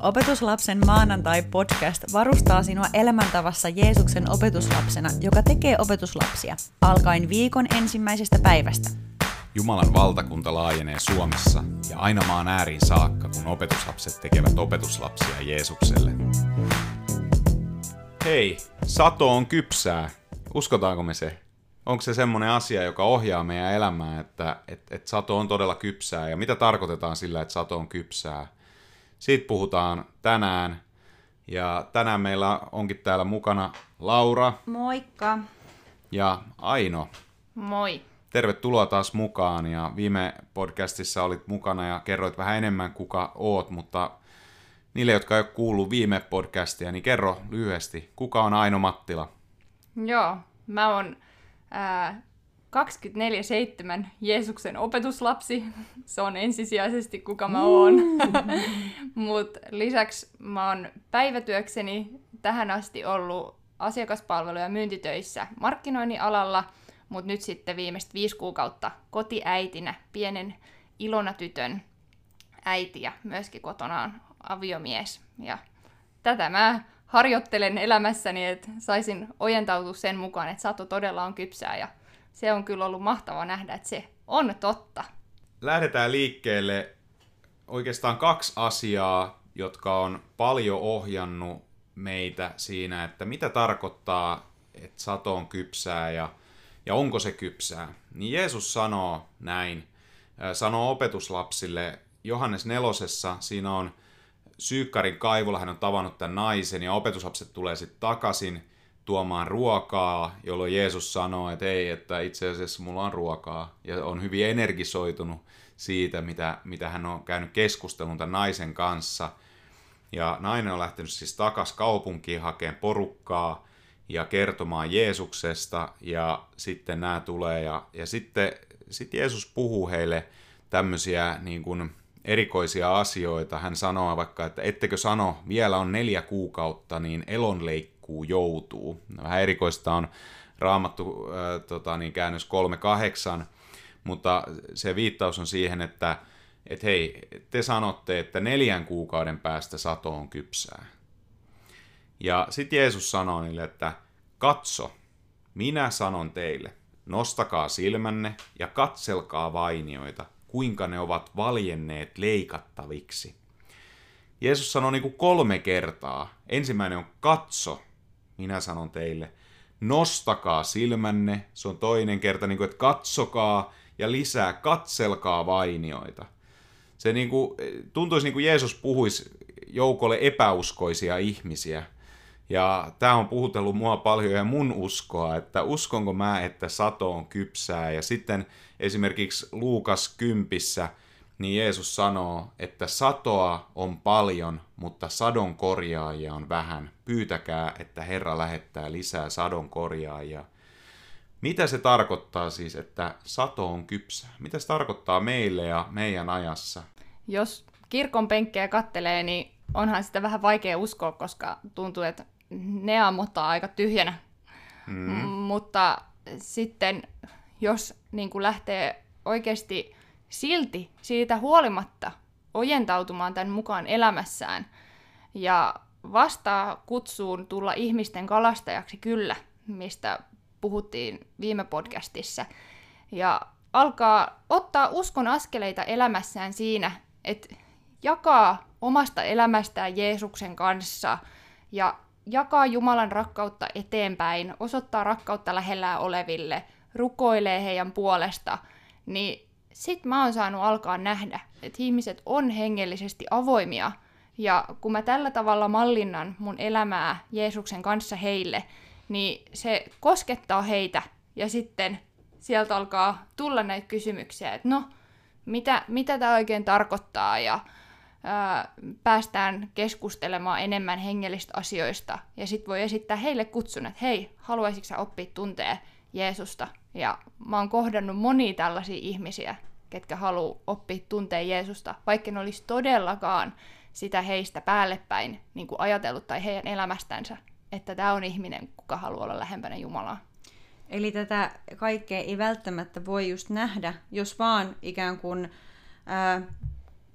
Opetuslapsen maanantai-podcast varustaa sinua elämäntavassa Jeesuksen opetuslapsena, joka tekee opetuslapsia, alkaen viikon ensimmäisestä päivästä. Jumalan valtakunta laajenee Suomessa ja aina maan ääriin saakka, kun opetuslapset tekevät opetuslapsia Jeesukselle. Hei, sato on kypsää. Uskotaanko me se? Onko se semmoinen asia, joka ohjaa meidän elämää, että sato on todella kypsää? Ja mitä tarkoitetaan sillä, että sato on kypsää? Siitä puhutaan tänään. Ja tänään meillä onkin täällä mukana Laura. Moikka. Ja Aino. Moi. Tervetuloa taas mukaan. Ja viime podcastissa olit mukana ja kerroit vähän enemmän kuka oot, mutta niille, jotka ei ole kuullut viime podcastia, niin kerro lyhyesti, kuka on Aino Mattila? Joo, mä oon 24/7 Jeesuksen opetuslapsi. Se on ensisijaisesti kuka mä oon. Mut lisäksi mä oon päivätyökseni tähän asti ollut asiakaspalvelu- ja myyntitöissä markkinoinnin alalla, mutta nyt sitten viimeistä 5 kuukautta kotiäitinä, pienen Ilona-tytön äiti ja myöskin kotona on aviomies. Ja tätä mä harjoittelen elämässäni, että saisin ojentautua sen mukaan, että sato todella on kypsää, ja se on kyllä ollut mahtavaa nähdä, että se on totta. Lähdetään liikkeelle oikeastaan 2 asiaa, jotka on paljon ohjannut meitä siinä, että mitä tarkoittaa, että sato on kypsää ja onko se kypsää. Niin Jeesus sanoo näin, sanoo opetuslapsille Johannes 4, siinä on Syykkarin kaivolla, hän on tavannut tämän naisen ja opetuslapset tulee sitten takaisin tuomaan ruokaa, jolloin Jeesus sanoo, että hei, että itse asiassa mulla on ruokaa. Ja on hyvin energisoitunut siitä, mitä hän on käynyt keskustelun tämän naisen kanssa. Ja nainen on lähtenyt siis takaisin kaupunkiin hakemaan porukkaa ja kertomaan Jeesuksesta. Ja sitten nämä tulee ja sitten Jeesus puhuu heille tämmöisiä niin kuin erikoisia asioita. Hän sanoo vaikka, että ettekö sano, vielä on 4 kuukautta, niin elonleikkuu joutuu. Vähän erikoista on Raamattu käännös 3:8, mutta se viittaus on siihen, että hei, te sanotte, että 4 kuukauden päästä sato on kypsää. Ja sitten Jeesus sanoo niille, että katso, minä sanon teille, nostakaa silmänne ja katselkaa vainioita, kuinka ne ovat valjenneet leikattaviksi. Jeesus sanoi niin kuin 3 kertaa. Ensimmäinen on katso, minä sanon teille. Nostakaa silmänne, se on toinen kerta, niin kuin, että katsokaa ja lisää, katselkaa vainioita. Se niin kuin, tuntuisi niin kuin Jeesus puhuisi joukolle epäuskoisia ihmisiä. Ja tämä on puhutellut mua paljon ja mun uskoa, että uskonko mä, että sato on kypsää. Ja sitten esimerkiksi Luukas 10, niin Jeesus sanoo, että satoa on paljon, mutta sadon korjaajia on vähän. Pyytäkää, että Herra lähettää lisää sadon korjaajia. Mitä se tarkoittaa siis, että sato on kypsää? Mitä se tarkoittaa meille ja meidän ajassa? Jos kirkon penkkejä kattelee, niin onhan sitä vähän vaikea uskoa, koska tuntuu, että ne ammottaa aika tyhjänä. Mutta sitten, jos niin kuin lähtee oikeasti silti siitä huolimatta ojentautumaan tämän mukaan elämässään ja vastaa kutsuun tulla ihmisten kalastajaksi kyllä, mistä puhuttiin viime podcastissa, ja alkaa ottaa uskon askeleita elämässään siinä, että jakaa omasta elämästään Jeesuksen kanssa ja jakaa Jumalan rakkautta eteenpäin, osoittaa rakkautta lähellään oleville, rukoilee heidän puolesta, niin sit mä oon saanut alkaa nähdä, että ihmiset on hengellisesti avoimia. Ja kun mä tällä tavalla mallinnan mun elämää Jeesuksen kanssa heille, niin se koskettaa heitä. Ja sitten sieltä alkaa tulla näitä kysymyksiä, että no, mitä tämä oikein tarkoittaa? Ja päästään keskustelemaan enemmän hengellistä asioista. Ja sitten voi esittää heille kutsun, että hei, haluaisitko sä oppia tuntee Jeesusta? Ja mä oon kohdannut monia tällaisia ihmisiä, ketkä haluaa oppia tuntee Jeesusta, vaikka ne olisi todellakaan sitä heistä päällepäin niin kuin ajatellut tai heidän elämästänsä, että tämä on ihminen, kuka haluaa olla lähempänä Jumalaa. Eli tätä kaikkea ei välttämättä voi just nähdä, jos vaan ikään kuin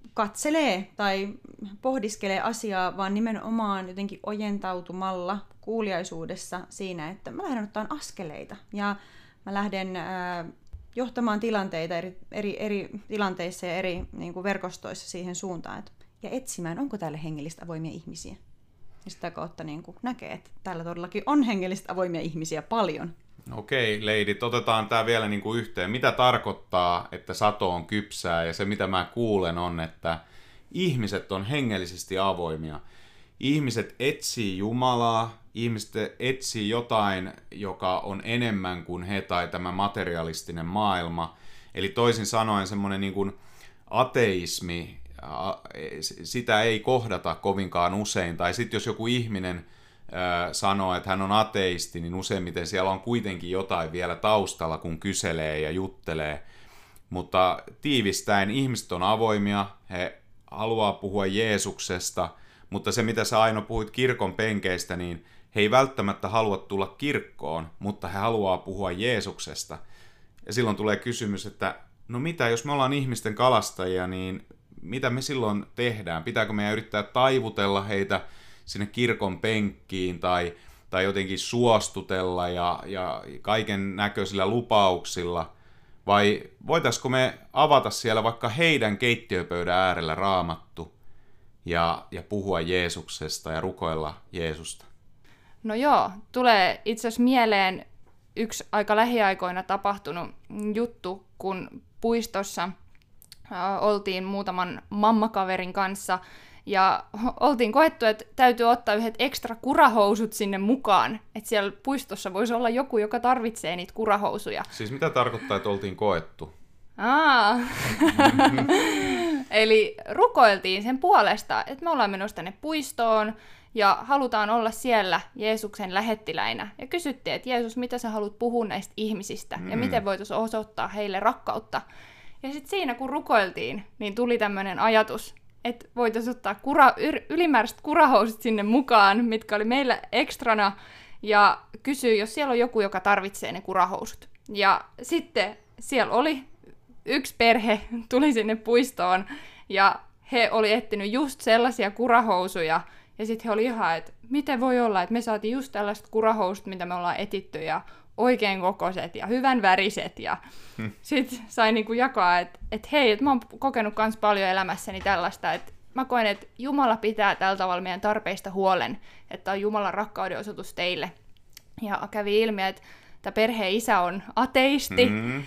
katselee tai pohdiskelee asiaa, vaan nimenomaan jotenkin ojentautumalla kuuliaisuudessa siinä, että mä lähden ottamaan askeleita ja mä lähden johtamaan tilanteita eri tilanteissa ja eri niin kuin verkostoissa siihen suuntaan ja etsimään, onko täällä hengellistä avoimia ihmisiä. Ja sitä kautta niin kuin näkee, että täällä todellakin on hengellistä avoimia ihmisiä paljon. Okei, leidit, otetaan tämä vielä niin kuin yhteen. Mitä tarkoittaa, että sato on kypsää? Ja se, mitä mä kuulen, on, että ihmiset on hengellisesti avoimia. Ihmiset etsii Jumalaa, ihmiset etsii jotain, joka on enemmän kuin he tai tämä materialistinen maailma. Eli toisin sanoen semmoinen niin kuin ateismi, sitä ei kohdata kovinkaan usein. Tai sitten jos joku ihminen sanoo, että hän on ateisti, niin useimmiten siellä on kuitenkin jotain vielä taustalla, kun kyselee ja juttelee. Mutta tiivistäen ihmiset on avoimia, he haluaa puhua Jeesuksesta, mutta se mitä sä Aino puhuit kirkon penkeistä, niin he ei välttämättä halua tulla kirkkoon, mutta he haluaa puhua Jeesuksesta. Ja silloin tulee kysymys, että no mitä, jos me ollaan ihmisten kalastajia, niin mitä me silloin tehdään? Pitääkö meidän yrittää taivutella heitä sinne kirkon penkkiin tai jotenkin suostutella ja kaiken näköisillä lupauksilla? Vai voitaisiko me avata siellä vaikka heidän keittiöpöydän äärellä Raamattu ja puhua Jeesuksesta ja rukoilla Jeesusta? No joo, tulee itse asiassa mieleen yksi aika lähiaikoina tapahtunut juttu, kun puistossa oltiin muutaman mammakaverin kanssa ja oltiin koettu, että täytyy ottaa yhdet ekstra kurahousut sinne mukaan, että siellä puistossa voisi olla joku, joka tarvitsee niitä kurahousuja. Siis mitä tarkoittaa, että oltiin koettu? Eli rukoiltiin sen puolesta, että me ollaan menossa tänne puistoon ja halutaan olla siellä Jeesuksen lähettiläinä. Ja kysyttiin, että Jeesus, mitä sä haluat puhua näistä ihmisistä ja miten voitaisiin osoittaa heille rakkautta. Ja sitten siinä, kun rukoiltiin, niin tuli tämmöinen ajatus, että voitaisiin ottaa ylimääräiset kurahousut sinne mukaan, mitkä oli meillä ekstrana, ja kysyä, jos siellä on joku, joka tarvitsee ne kurahousut. Ja sitten siellä oli yksi perhe, tuli sinne puistoon, ja he oli etsinyt just sellaisia kurahousuja, ja sitten he oli ihan, että miten voi olla, että me saatiin just tällaiset kurahousut, mitä me ollaan etitty, ja oikein kokoiset ja hyvän väriset. Ja sitten sai niinku jakaa, että hei, että mä oon kokenut kans paljon elämässäni tällaista, että mä koen, että Jumala pitää tällä tavalla meidän tarpeista huolen, että on Jumalan rakkauden osoitus teille. Ja kävi ilmi, että tämä perheen isä on ateisti,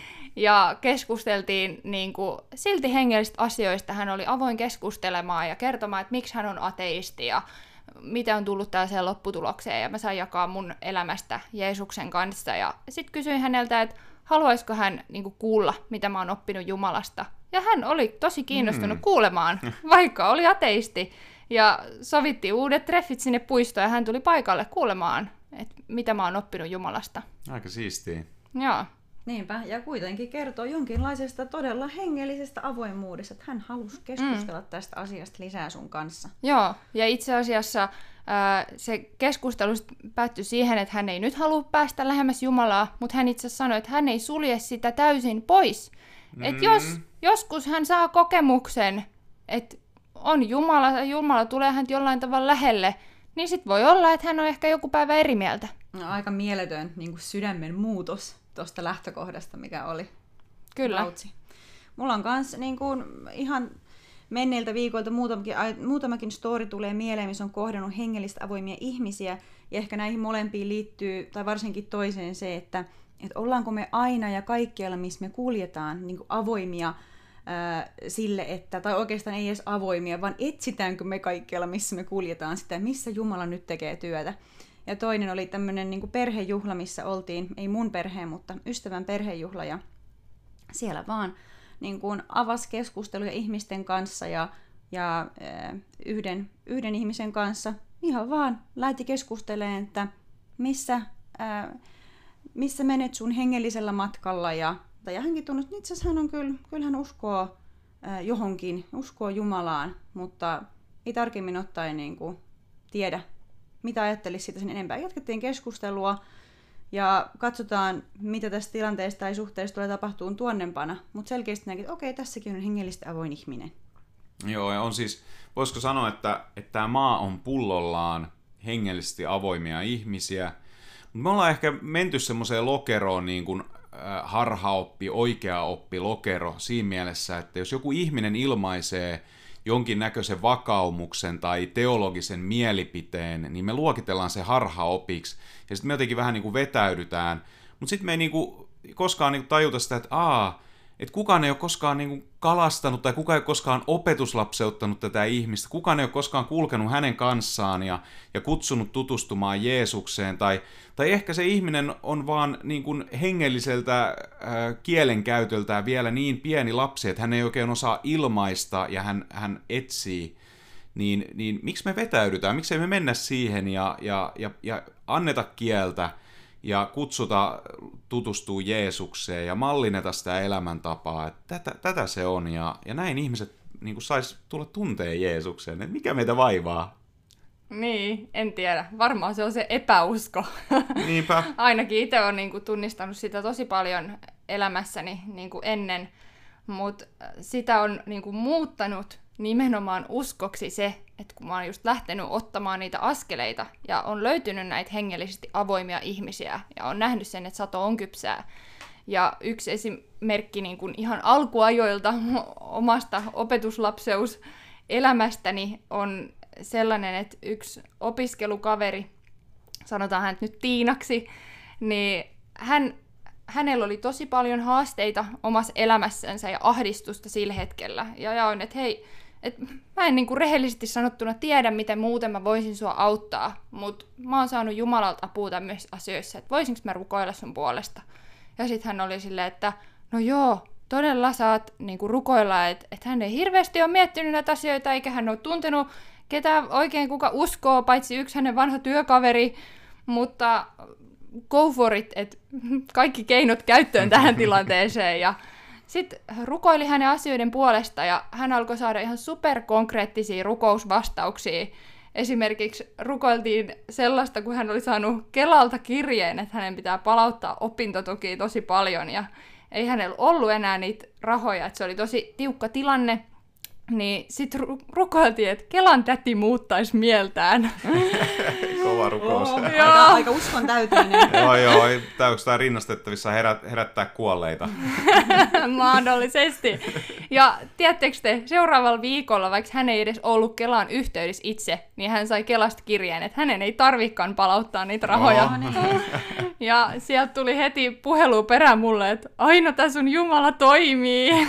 ja keskusteltiin niinku silti hengellisistä asioista. Hän oli avoin keskustelemaan ja kertomaan, että miksi hän on ateisti ja miten on tullut tällaiseen lopputulokseen. Ja mä sain jakaa mun elämästä Jeesuksen kanssa. Ja sitten kysyin häneltä, että haluaisiko hän niinku kuulla, mitä mä oon oppinut Jumalasta. Ja hän oli tosi kiinnostunut kuulemaan, vaikka oli ateisti. Ja sovittiin uudet treffit sinne puistoon ja hän tuli paikalle kuulemaan, että mitä mä oon oppinut Jumalasta. Aika siistiä. Joo. Niinpä, ja kuitenkin kertoo jonkinlaisesta todella hengellisestä avoimuudesta, että hän halusi keskustella tästä asiasta lisää sun kanssa. Joo, ja itse asiassa se keskustelu päättyi siihen, että hän ei nyt halua päästä lähemmäs Jumalaa, mutta hän itse sanoi, että hän ei sulje sitä täysin pois. Että jos joskus hän saa kokemuksen, että on Jumala, ja Jumala tulee hän jollain tavalla lähelle, niin sit voi olla, että hän on ehkä joku päivä eri mieltä. No, aika mieletön niin kuin sydämen muutos tuosta lähtökohdasta, mikä oli. Kyllä. Lautsi. Mulla on kans niin kuin, ihan menneiltä viikoilta muutamakin story tulee mieleen, missä on kohdannut hengellistä avoimia ihmisiä. Ja ehkä näihin molempiin liittyy, tai varsinkin toiseen se, että ollaanko me aina ja kaikkialla, missä me kuljetaan, niin kuin avoimia sille, että, tai oikeastaan ei edes avoimia, vaan etsitäänkö me kaikkialla, missä me kuljetaan sitä, missä Jumala nyt tekee työtä. Ja toinen oli tämmöinen niin kuin perhejuhla, missä oltiin, ei mun perheen, mutta ystävän perhejuhla, ja siellä vaan niin kuin avasi keskusteluja ihmisten kanssa, ja yhden ihmisen kanssa ihan vaan lähti keskustelemaan, että missä menet sun hengellisellä matkalla, ja hänkin tunnut, että itse asiassa hän on kyllä hän uskoo johonkin, uskoo Jumalaan, mutta ei tarkemmin ottaen niin kuin tiedä, mitä ajattelisi siitä sen enempää. Jatkettiin keskustelua ja katsotaan, mitä tästä tilanteesta tai suhteesta tulee tapahtumaan tuonnempana, mutta selkeästi näkin, että okei, tässäkin on hengellisesti avoin ihminen. Joo, ja on siis, voisiko sanoa, että tämä maa on pullollaan hengellisesti avoimia ihmisiä, mutta me ollaan ehkä menty semmoiseen lokeroon niin kuin harhaoppi, oikea oppi, lokero siinä mielessä, että jos joku ihminen ilmaisee jonkinnäköisen vakaumuksen tai teologisen mielipiteen, niin me luokitellaan se harhaopiksi, ja sitten me jotenkin vähän niin kuin vetäydytään, mutta sitten me ei niin kuin koskaan niin kuin tajuta sitä, että kukaan ei ole koskaan niin kuin kalastanut tai kukaan ei ole koskaan opetuslapseuttanut tätä ihmistä, kukaan ei ole koskaan kulkenut hänen kanssaan ja kutsunut tutustumaan Jeesukseen, tai ehkä se ihminen on vaan niin kuin hengelliseltä kielenkäytöltään vielä niin pieni lapsi, että hän ei oikein osaa ilmaista ja hän etsii, niin miksi me vetäydytään, miksei me mennä siihen ja anneta kieltä, ja kutsuta tutustua Jeesukseen ja mallinneta sitä elämäntapaa. Että tätä se on. Ja näin ihmiset niin sais tulla tunteen Jeesukseen. Että mikä meitä vaivaa? Niin, en tiedä. Varmaan se on se epäusko. Niinpä. Ainakin itse olen tunnistanut sitä tosi paljon elämässäni ennen. Mutta sitä on muuttanut nimenomaan uskoksi se, että kun mä oon just lähtenyt ottamaan niitä askeleita ja on löytynyt näitä hengellisesti avoimia ihmisiä ja on nähnyt sen, että sato on kypsää. Ja yksi esimerkki ihan alkuajoilta omasta opetuslapseuselämästäni on sellainen, että yksi opiskelukaveri, sanotaan hän nyt Tiinaksi, niin hänellä oli tosi paljon haasteita omassa elämässänsä ja ahdistusta sillä hetkellä. Ja jaoin, että hei, mä en rehellisesti sanottuna tiedä, miten muuten mä voisin sua auttaa, mutta mä oon saanut Jumalalta apua tämmöisissä asioissa, että voisinko mä rukoilla sun puolesta. Ja sitten hän oli silleen, että no joo, todella saat rukoilla, että hän ei hirveästi ole miettinyt näitä asioita, eikä hän ole tuntenut ketään oikein kuka uskoo, paitsi yksi hänen vanha työkaveri, mutta go for it, että kaikki keinot käyttöön tähän tilanteeseen. Ja sitten rukoili hänen asioiden puolesta ja hän alkoi saada ihan superkonkreettisia rukousvastauksia. Esimerkiksi rukoiltiin sellaista, kun hän oli saanut Kelalta kirjeen, että hänen pitää palauttaa opintotukia tosi paljon ja ei hänellä ollut enää niitä rahoja, että se oli tosi tiukka tilanne. Niin sitten rukoiltiin, että Kelan täti muuttaisi mieltään. Kova rukous. Aika uskon täyteinen. Joo. Onko tämä rinnastettavissa herättää kuolleita? Mahdollisesti. Ja tiedättekö te, seuraavalla viikolla, vaikka hän ei edes ollut Kelan yhteydessä itse, niin hän sai Kelasta kirjeen, että hänen ei tarvikaan palauttaa niitä rahoja. Ja sieltä tuli heti puhelu perään mulle, että aina tässä sun Jumala toimii.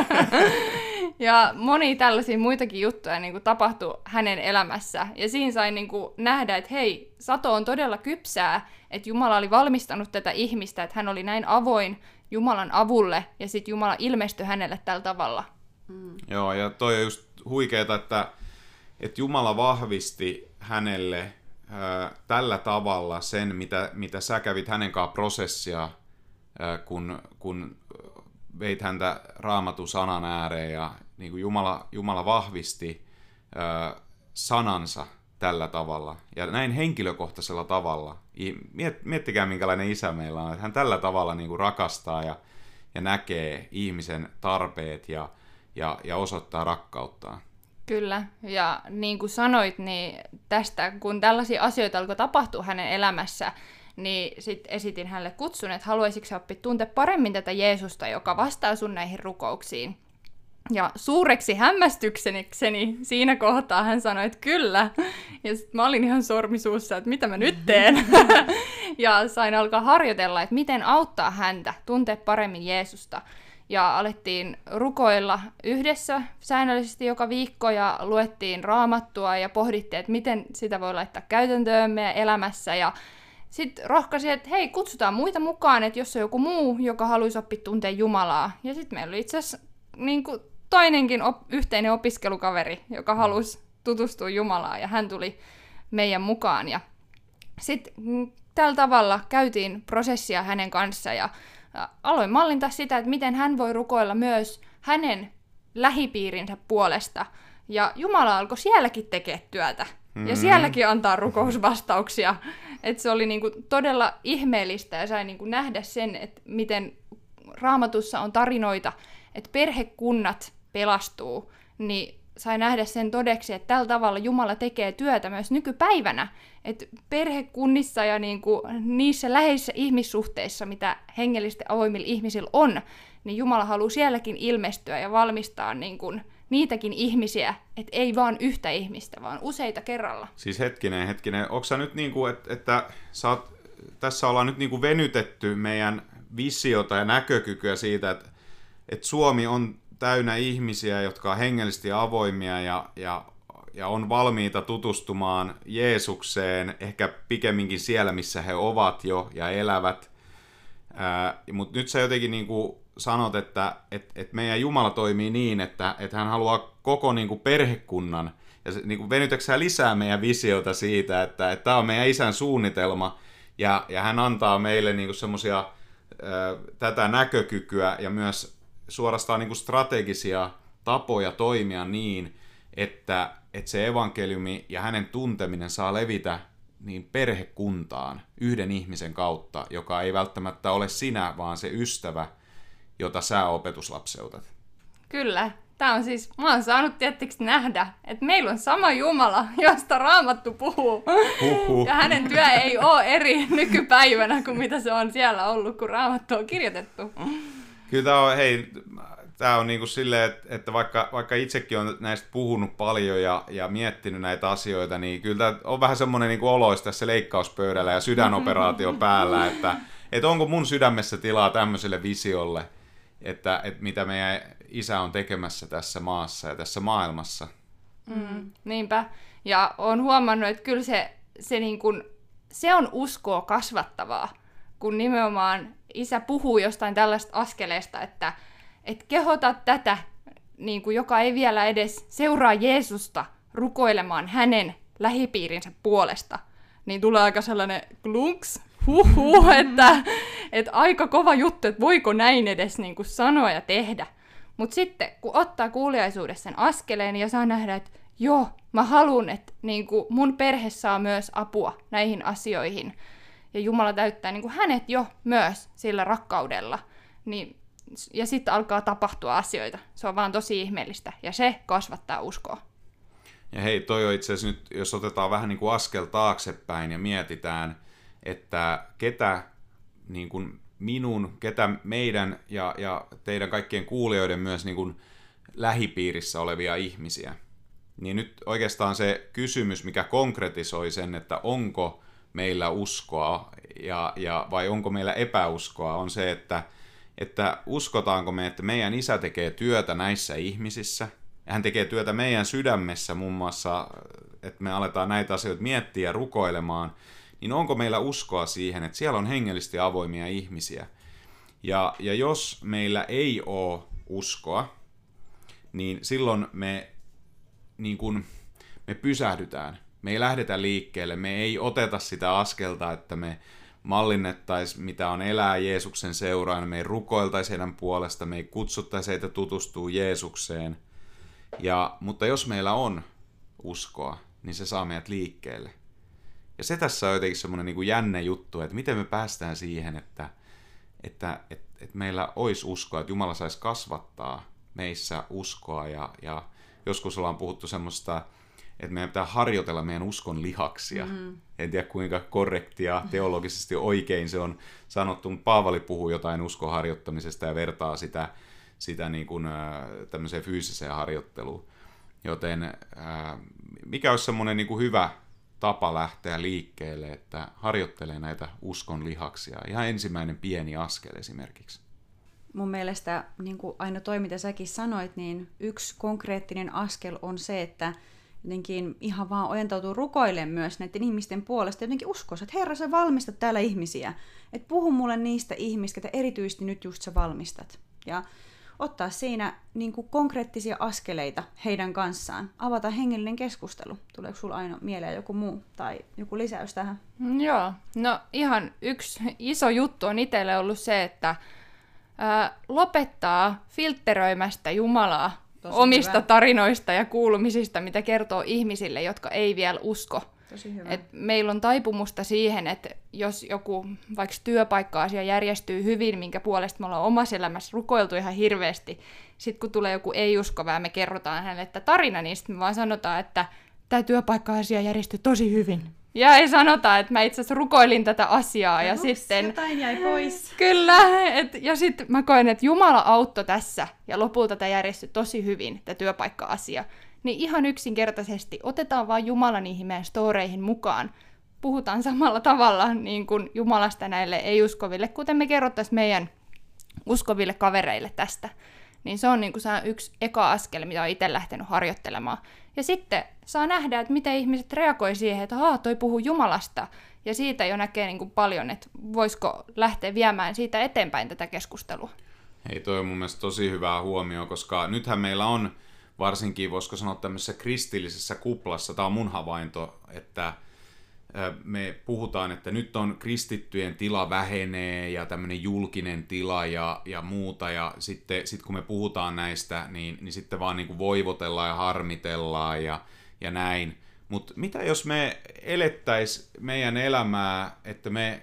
Ja moni tällaisia muitakin juttuja tapahtui hänen elämässä. Ja siinä sai nähdä, että hei, sato on todella kypsää, että Jumala oli valmistanut tätä ihmistä, että hän oli näin avoin Jumalan avulle, ja sitten Jumala ilmestyi hänelle tällä tavalla. Joo, ja toi on just huikeeta, että Jumala vahvisti hänelle tällä tavalla sen, mitä sä kävit hänen kanssaan prosessia, kun veit häntä Raamatun sanan ääreen, ja niin kuin Jumala vahvisti sanansa tällä tavalla, ja näin henkilökohtaisella tavalla. Miettikää, minkälainen isä meillä on, että hän tällä tavalla niin kuin rakastaa ja näkee ihmisen tarpeet ja osoittaa rakkauttaan. Kyllä, ja niin kuin sanoit, niin tästä, kun tällaisia asioita alkoi tapahtua hänen elämässä, niin sitten esitin hänelle kutsun, että haluaisitko sä oppia tuntea paremmin tätä Jeesusta, joka vastaa sun näihin rukouksiin. Ja suureksi hämmästykseni siinä kohtaa hän sanoi, että kyllä. Ja sitten mä olin ihan sormisuussa, että mitä mä nyt teen. Ja sain alkaa harjoitella, että miten auttaa häntä tuntea paremmin Jeesusta. Ja alettiin rukoilla yhdessä säännöllisesti joka viikko ja luettiin Raamattua ja pohdittiin, että miten sitä voi laittaa käytäntöön meidän elämässä. Ja sitten rohkaisin, että hei, kutsutaan muita mukaan, että jos on joku muu, joka haluaisi oppia tuntea Jumalaa. Ja sitten meillä oli itse asiassa toinenkin yhteinen opiskelukaveri, joka halusi tutustua Jumalaan, ja hän tuli meidän mukaan. Ja sitten tällä tavalla käytiin prosessia hänen kanssaan, ja aloin mallintaa sitä, että miten hän voi rukoilla myös hänen lähipiirinsä puolesta. Ja Jumala alkoi sielläkin tekemään työtä. Ja sielläkin antaa rukousvastauksia. Että se oli todella ihmeellistä ja sai nähdä sen, että miten Raamatussa on tarinoita, että perhekunnat pelastuu, niin sai nähdä sen todeksi, että tällä tavalla Jumala tekee työtä myös nykypäivänä. Että perhekunnissa ja niinku niissä läheisissä ihmissuhteissa, mitä hengellisesti avoimilla ihmisillä on, niin Jumala haluaa sielläkin ilmestyä ja valmistaa niinku niitäkin ihmisiä, että ei vaan yhtä ihmistä, vaan useita kerralla. Siis hetkinen. Onko sä nyt niinku, että tässä ollaan nyt niinku venytetty meidän visiota ja näkökykyä siitä, että Suomi on täynnä ihmisiä, jotka on hengellisesti avoimia ja on valmiita tutustumaan Jeesukseen, ehkä pikemminkin siellä, missä he ovat jo ja elävät. Mutta nyt sä jotenkin niinku sanot, että meidän Jumala toimii niin, että hän haluaa koko niinku perhekunnan, ja niinku venytätkö sä lisää meidän visiota siitä, että tämä on meidän Isän suunnitelma, ja hän antaa meille niinku semmoisia tätä näkökykyä ja myös suorastaan niin kuin strategisia tapoja toimia niin, että se evankeliumi ja hänen tunteminen saa levitä niin perhekuntaan yhden ihmisen kautta, joka ei välttämättä ole sinä, vaan se ystävä, jota sä opetuslapseutat. Kyllä. Tämä on siis, mä oon saanut tietysti nähdä, että meillä on sama Jumala, josta Raamattu puhuu. Ja hänen työ ei ole eri nykypäivänä kuin mitä se on siellä ollut, kun Raamattu on kirjoitettu. Kyllä tämä on niin kuin silleen, että vaikka itsekin on näistä puhunut paljon ja miettinyt näitä asioita, niin kyllä tämä on vähän semmoinen niin kuin olois tässä leikkauspöydällä ja sydänoperaatio päällä, että onko mun sydämessä tilaa tämmöiselle visiolle, että mitä meidän Isä on tekemässä tässä maassa ja tässä maailmassa. Niinpä. Ja olen huomannut, että kyllä se on uskoa kasvattavaa, kun nimenomaan Isä puhuu jostain tällaista askeleesta, että kehota tätä, niin kuin joka ei vielä edes seuraa Jeesusta rukoilemaan hänen lähipiirinsä puolesta. Niin tulee aika sellainen klunks, että aika kova juttu, että voiko näin edes niin kuin sanoa ja tehdä. Mutta sitten, kun ottaa kuuliaisuudessa sen askeleen ja saa nähdä, että joo, mä haluan, että niin kuin mun perhe saa myös apua näihin asioihin. Ja Jumala täyttää niin kuin hänet jo myös sillä rakkaudella. Niin, ja sitten alkaa tapahtua asioita. Se on vaan tosi ihmeellistä. Ja se kasvattaa uskoa. Ja hei, toi on itse asiassa nyt, jos otetaan vähän niin kuin askel taaksepäin ja mietitään, että ketä niin kuin ketä meidän ja teidän kaikkien kuulijoiden myös niin kuin lähipiirissä olevia ihmisiä. Niin nyt oikeastaan se kysymys, mikä konkretisoi sen, että onko meillä uskoa vai onko meillä epäuskoa, on se, että uskotaanko me, että meidän Isä tekee työtä näissä ihmisissä. Ja hän tekee työtä meidän sydämessä muun muassa, että me aletaan näitä asioita miettiä ja rukoilemaan. Niin onko meillä uskoa siihen, että siellä on hengellisesti avoimia ihmisiä. Ja jos meillä ei ole uskoa, niin silloin me pysähdytään. Me ei lähdetä liikkeelle, me ei oteta sitä askelta, että me mallinnettaisiin, mitä on elää Jeesuksen seuraan, me ei rukoiltaisi heidän puolesta, me ei kutsuttaisi heitä tutustua Jeesukseen. Mutta jos meillä on uskoa, niin se saa meidät liikkeelle. Ja se tässä on jotenkin semmoinen niin kuin jännä juttu, että miten me päästään siihen, että meillä olisi uskoa, että Jumala saisi kasvattaa meissä uskoa. Ja joskus ollaan puhuttu semmoista, että meidän pitää harjoitella meidän uskon lihaksia. En tiedä kuinka korrektia teologisesti oikein se on sanottu, mutta Paavali puhuu jotain uskon harjoittamisesta ja vertaa sitä niin kuin, tämmöiseen fyysiseen harjoitteluun. Joten mikä olisi semmoinen niin kuin hyvä tapa lähteä liikkeelle, että harjoittelee näitä uskon lihaksia. Ihan ensimmäinen pieni askel esimerkiksi. Mun mielestä, niin kuin Aino toi, mitä säkin sanoit, niin yksi konkreettinen askel on se, että jotenkin ihan vaan ojentautuu rukoilemaan myös näiden ihmisten puolesta. Jotenkin uskoisi, että Herra, sä valmistat täällä ihmisiä. Että puhu mulle niistä ihmistä, että erityisesti nyt just sä valmistat. Ja ottaa siinä niin kuin konkreettisia askeleita heidän kanssaan. Avata hengellinen keskustelu. Tuleeko sulla Aino mieleen joku muu tai joku lisäys tähän? Joo, no ihan yksi iso juttu on itselle ollut se, että lopettaa filtteröimästä Jumalaa omista tarinoista ja kuulumisista, mitä kertoo ihmisille, jotka ei vielä usko. Tosi hyvä. Et meillä on taipumusta siihen, että jos joku vaikka työpaikka-asia järjestyy hyvin, minkä puolesta me ollaan omassa elämässä rukoiltu ihan hirveästi, sitten kun tulee joku ei-uskova ja me kerrotaan hänelle että tarina, niin sitten me vaan sanotaan, että tämä työpaikka-asia järjestyi tosi hyvin. Ja ei sanota, että mä itse asiassa rukoilin tätä asiaa ja sitten... Jotain jäi pois. Kyllä, ja sitten mä koen, että Jumala auttoi tässä ja lopulta tämä järjestyi tosi hyvin, tämä työpaikka-asia. Niin ihan yksinkertaisesti otetaan vaan Jumala niihin meidän storeihin mukaan. Puhutaan samalla tavalla niin kuin Jumalasta näille ei-uskoville, kuten me kerrottaisiin meidän uskoville kavereille tästä. Niin se on niin kuin yksi eka askel, mitä olen itse lähtenyt harjoittelemaan. Ja sitten saa nähdä, että miten ihmiset reagoi siihen, että toi puhuu Jumalasta. Ja siitä jo näkee niin kuin paljon, että voisiko lähteä viemään siitä eteenpäin tätä keskustelua. Hei, toi on mun mielestä tosi hyvää huomioon, koska nythän meillä on varsinkin, voisiko sanoa tämmöisessä kristillisessä kuplassa, tämä on mun havainto, että me puhutaan, että nyt on kristittyjen tila vähenee ja tämmöinen julkinen tila ja muuta, ja sitten kun me puhutaan näistä, niin sitten vaan niin kuin voivotellaan ja harmitellaan ja näin. Mutta mitä jos me elettäisiin meidän elämää, että me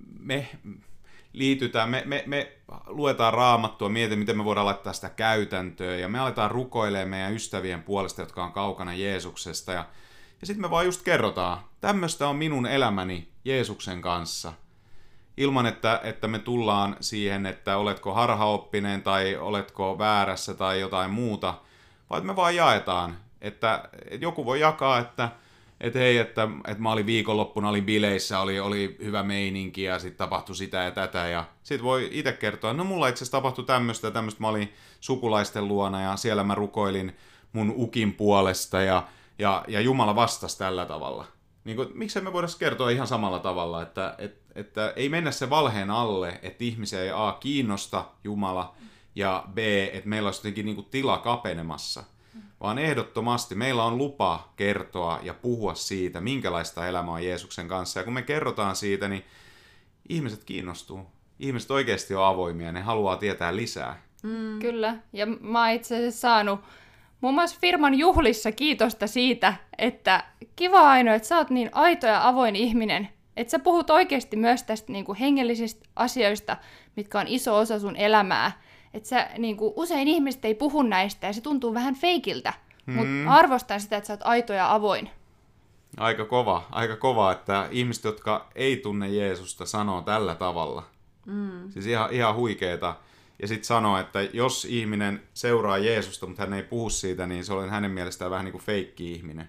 liitytään, me luetaan Raamattua, mietitään, miten me voidaan laittaa sitä käytäntöön, ja me aletaan rukoilemaan meidän ystävien puolesta, jotka on kaukana Jeesuksesta, ja sitten me vaan just kerrotaan, tämmöistä on minun elämäni Jeesuksen kanssa, ilman että me tullaan siihen, että oletko harhaoppinen tai oletko väärässä tai jotain muuta, vaan me vaan jaetaan, että joku voi jakaa, että hei, että mä olin viikonloppuna, olin bileissä, oli hyvä meininki ja sitten tapahtui sitä ja tätä. Ja sitten voi itse kertoa, no mulla itse asiassa tapahtui tämmöistä, mä olin sukulaisten luona ja siellä mä rukoilin mun ukin puolesta ja Jumala vastasi tällä tavalla. Niin kuin, miksei me voidaan kertoa ihan samalla tavalla, että ei mennä se valheen alle, että ihmisiä ei A kiinnosta Jumala ja B, että meillä olisi jotenkin niin kuin tila kapenemassa. Vaan ehdottomasti meillä on lupa kertoa ja puhua siitä, minkälaista elämää on Jeesuksen kanssa. Ja kun me kerrotaan siitä, niin ihmiset kiinnostuu. Ihmiset oikeasti on avoimia, ne haluaa tietää lisää. Kyllä, ja mä oon itse asiassa saanut muun muassa firman juhlissa kiitosta siitä, että kiva Aino, että sä oot niin aito ja avoin ihminen, että sä puhut oikeasti myös tästä niin kuin hengellisistä asioista, mitkä on iso osa sun elämää. Että sä, niin kuin, usein ihmiset ei puhu näistä ja se tuntuu vähän feikiltä, mutta arvostan sitä, että sä oot aito ja avoin. Aika kova, että ihmiset, jotka ei tunne Jeesusta, sanoo tällä tavalla. Siis ihan huikeeta. Ja sitten sanoo, että jos ihminen seuraa Jeesusta, mutta hän ei puhu siitä, niin se on hänen mielestään vähän niin kuin feikki ihminen.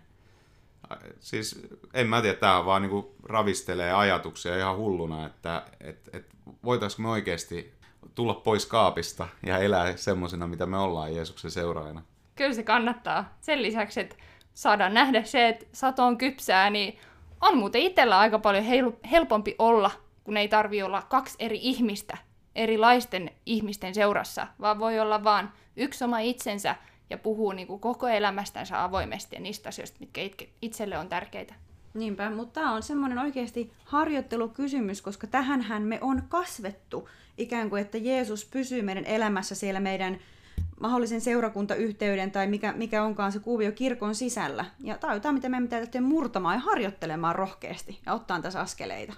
Siis en mä tiedä, tämä vaan niin kuin ravistelee ajatuksia ihan hulluna, että voitaisiinko me oikeasti tulla pois kaapista ja elää semmoisena, mitä me ollaan Jeesuksen seuraajana. Kyllä se kannattaa. Sen lisäksi, että saadaan nähdä se, että sato on kypsää, niin on muuten itsellä aika paljon helpompi olla, kun ei tarvitse olla kaksi eri ihmistä, erilaisten ihmisten seurassa, vaan voi olla vaan yksi oma itsensä ja puhuu niin kuin koko elämästänsä avoimesti ja niistä asioista, mitkä itselle on tärkeitä. Niinpä, mutta tämä on semmoinen oikeasti harjoittelukysymys, koska tähänhän me on kasvettu ikään kuin, että Jeesus pysyy meidän elämässä siellä meidän mahdollisen seurakuntayhteyden tai mikä onkaan se kuvio kirkon sisällä. Ja tämä on jotain, mitä meidän pitää tehdä murtamaan ja harjoittelemaan rohkeasti ja ottaa tässä askeleita.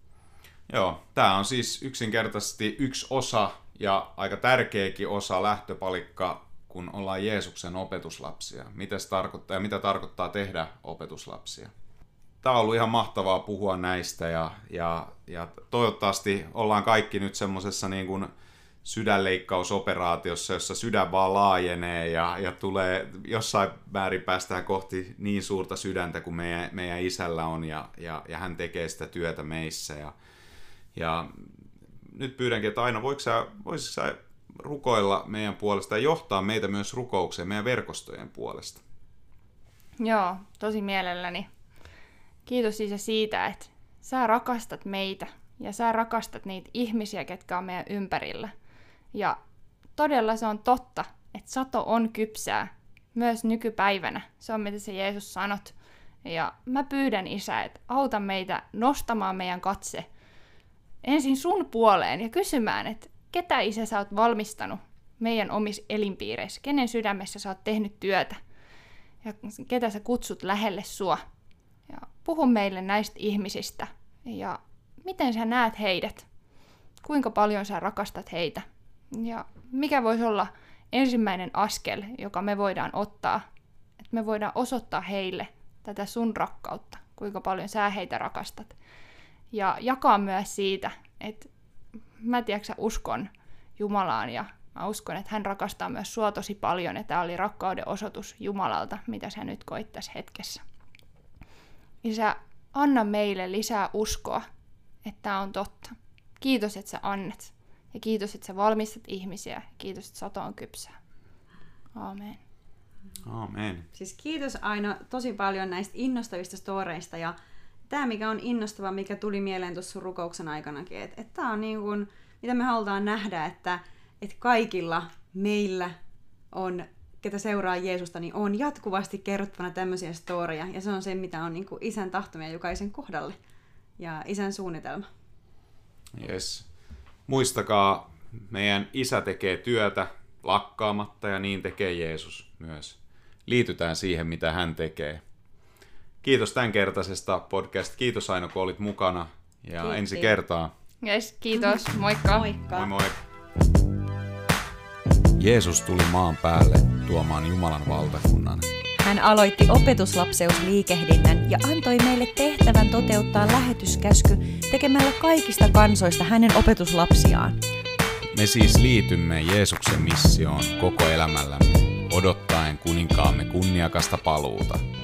Joo, tämä on siis yksinkertaisesti yksi osa ja aika tärkeäkin osa, lähtöpalikka, kun ollaan Jeesuksen opetuslapsia. Mitä se tarkoittaa ja mitä tarkoittaa tehdä opetuslapsia? Tämä on ollut ihan mahtavaa puhua näistä ja toivottavasti ollaan kaikki nyt semmoisessa niin kuin sydänleikkausoperaatiossa, jossa sydän vaan laajenee ja tulee jossain määrin päästään kohti niin suurta sydäntä kuin meidän isällä on ja hän tekee sitä työtä meissä. Ja nyt pyydänkin, että Aino, voisitko sä rukoilla meidän puolesta ja johtaa meitä myös rukoukseen meidän verkostojen puolesta? Joo, tosi mielelläni. Kiitos Isä siitä, että sä rakastat meitä ja sä rakastat niitä ihmisiä, ketkä on meidän ympärillä. Ja todella se on totta, että sato on kypsää myös nykypäivänä. Se on mitä se Jeesus sanot. Ja mä pyydän Isä, että auta meitä nostamaan meidän katse ensin sun puoleen ja kysymään, että ketä Isä sä oot valmistanut meidän omissa elinpiireissä, kenen sydämessä sä oot tehnyt työtä ja ketä sä kutsut lähelle sua. Ja puhu meille näistä ihmisistä ja miten sä näet heidät, kuinka paljon sä rakastat heitä ja mikä voisi olla ensimmäinen askel, joka me voidaan ottaa, että me voidaan osoittaa heille tätä sun rakkautta, kuinka paljon sä heitä rakastat. Ja jakaa myös siitä, että mä uskon Jumalaan ja mä uskon, että hän rakastaa myös sua tosi paljon ja tää oli rakkauden osoitus Jumalalta, mitä sä nyt koit tässä hetkessä. Isä, anna meille lisää uskoa, että tää on totta. Kiitos, että sä annat. Ja kiitos, että sä valmistat ihmisiä. Kiitos, että sato on kypsää. Aamen. Aamen. Siis kiitos Aino tosi paljon näistä innostavista storeista. Ja tämä, mikä on innostava, mikä tuli mieleen tuossa rukouksen aikanakin, että tämä on niin kuin, mitä me halutaan nähdä, että kaikilla meillä on, ketä seuraa Jeesusta, niin on jatkuvasti kerrottavana tämmöisiä storeja. Ja se on se, mitä on niin kuin isän tahtomia jokaisen kohdalle ja isän suunnitelma. Yes. Muistakaa, meidän isä tekee työtä lakkaamatta ja niin tekee Jeesus myös. Liitytään siihen, mitä hän tekee. Kiitos tämänkertaisesta podcast. Kiitos Aino, kun olit mukana. Ja kiitos. Ensi kertaa. Yes, kiitos. Moikka. Moikka. Moi moi. Jeesus tuli maan päälle tuomaan Jumalan valtakunnan. Hän aloitti opetuslapseusliikehdinnän ja antoi meille tehtävän toteuttaa lähetyskäsky tekemällä kaikista kansoista hänen opetuslapsiaan. Me siis liitymme Jeesuksen missioon koko elämällämme, odottaen kuninkaamme kunniakasta paluuta.